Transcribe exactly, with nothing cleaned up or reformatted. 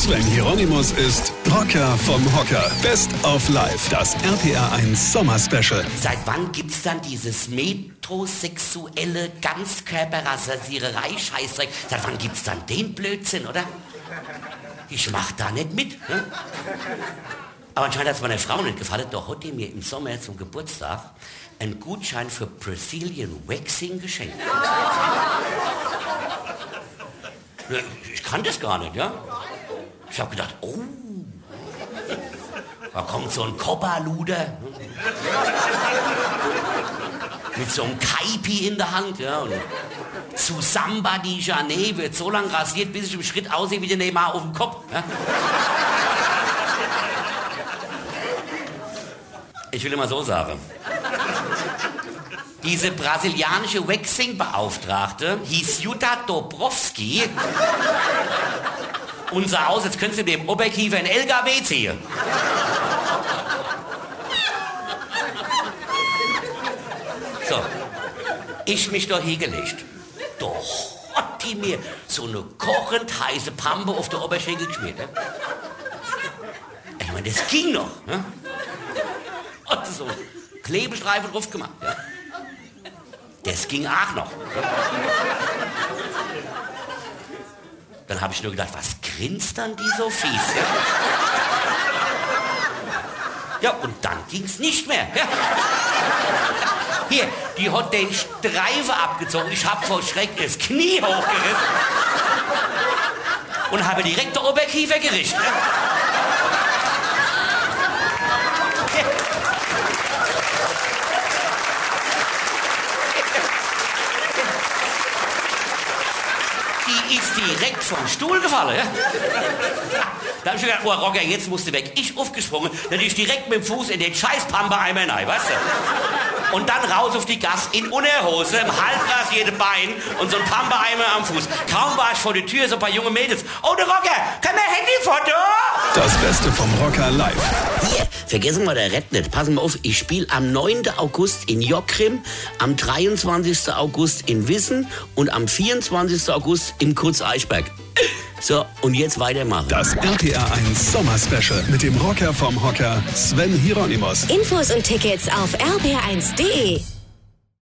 Sven Hieronymus ist Rocker vom Hocker. Best of Life, das R P R eins Sommer-Special. Seit wann gibt's dann dieses metrosexuelle Ganzkörperrassiererei-Scheißdreck? Seit wann gibt's dann den Blödsinn, oder? Ich mach da nicht mit. Ne? Aber anscheinend hat es meiner Frau nicht gefallen. Doch hat die mir im Sommer zum Geburtstag einen Gutschein für Brazilian Waxing geschenkt. Ich kann das gar nicht, ja? Ich habe gedacht, oh, da kommt so ein Copperluder mit so einem Kaipi in der Hand, ja, und zu Samba di Jané wird so lang rasiert, bis ich im Schritt aussehe wie der Neymar auf dem Kopf. Ja? Ich will immer so sagen. Diese brasilianische Waxing-Beauftragte hieß Jutta Dobrowski und sah aus, als könntest du dem Oberkiefer einen L K W ziehen. So, ich mich dort hingelegt. Doch hat die mir so eine kochend heiße Pampe auf der Oberschenkel geschmiert. Ne? Ich meine, das ging noch. Ne? Hat so einen Klebestreifen drauf gemacht. Ja? Das ging auch noch. Dann habe ich nur gedacht, was grinst dann die so fies? Ja, ja, und dann ging's nicht mehr. Ja. Hier, die hat den Streifen abgezogen. Ich habe vor Schreck das Knie hochgerissen und habe direkt der Oberkiefer gerichtet. Ja. Die ist direkt vom Stuhl gefallen. Ja? Da hab ich gedacht, oh Rocker, jetzt musst du weg. Ich aufgesprungen, dann ist direkt mit dem Fuß in den scheiß Pampe-Eimer rein, weißt du? Und dann raus auf die Gas, in Unterhose, im halbrasierte Bein und so ein Pampe-Eimer am Fuß. Kaum war ich vor der Tür, so ein paar junge Mädels. Oh, der Rocker, kann der Handyfoto? Das Beste vom Rocker live. Hier, vergessen wir der Red nicht. Passen wir auf, ich spiele am neunten August in Jockrim, am dreiundzwanzigsten August in Wissen und am vierundzwanzigsten August in Kurz-Eichberg. So, und jetzt weitermachen. Das R P R eins Sommer-Special mit dem Rocker vom Hocker Sven Hieronymus. Infos und Tickets auf r p r eins punkt d e.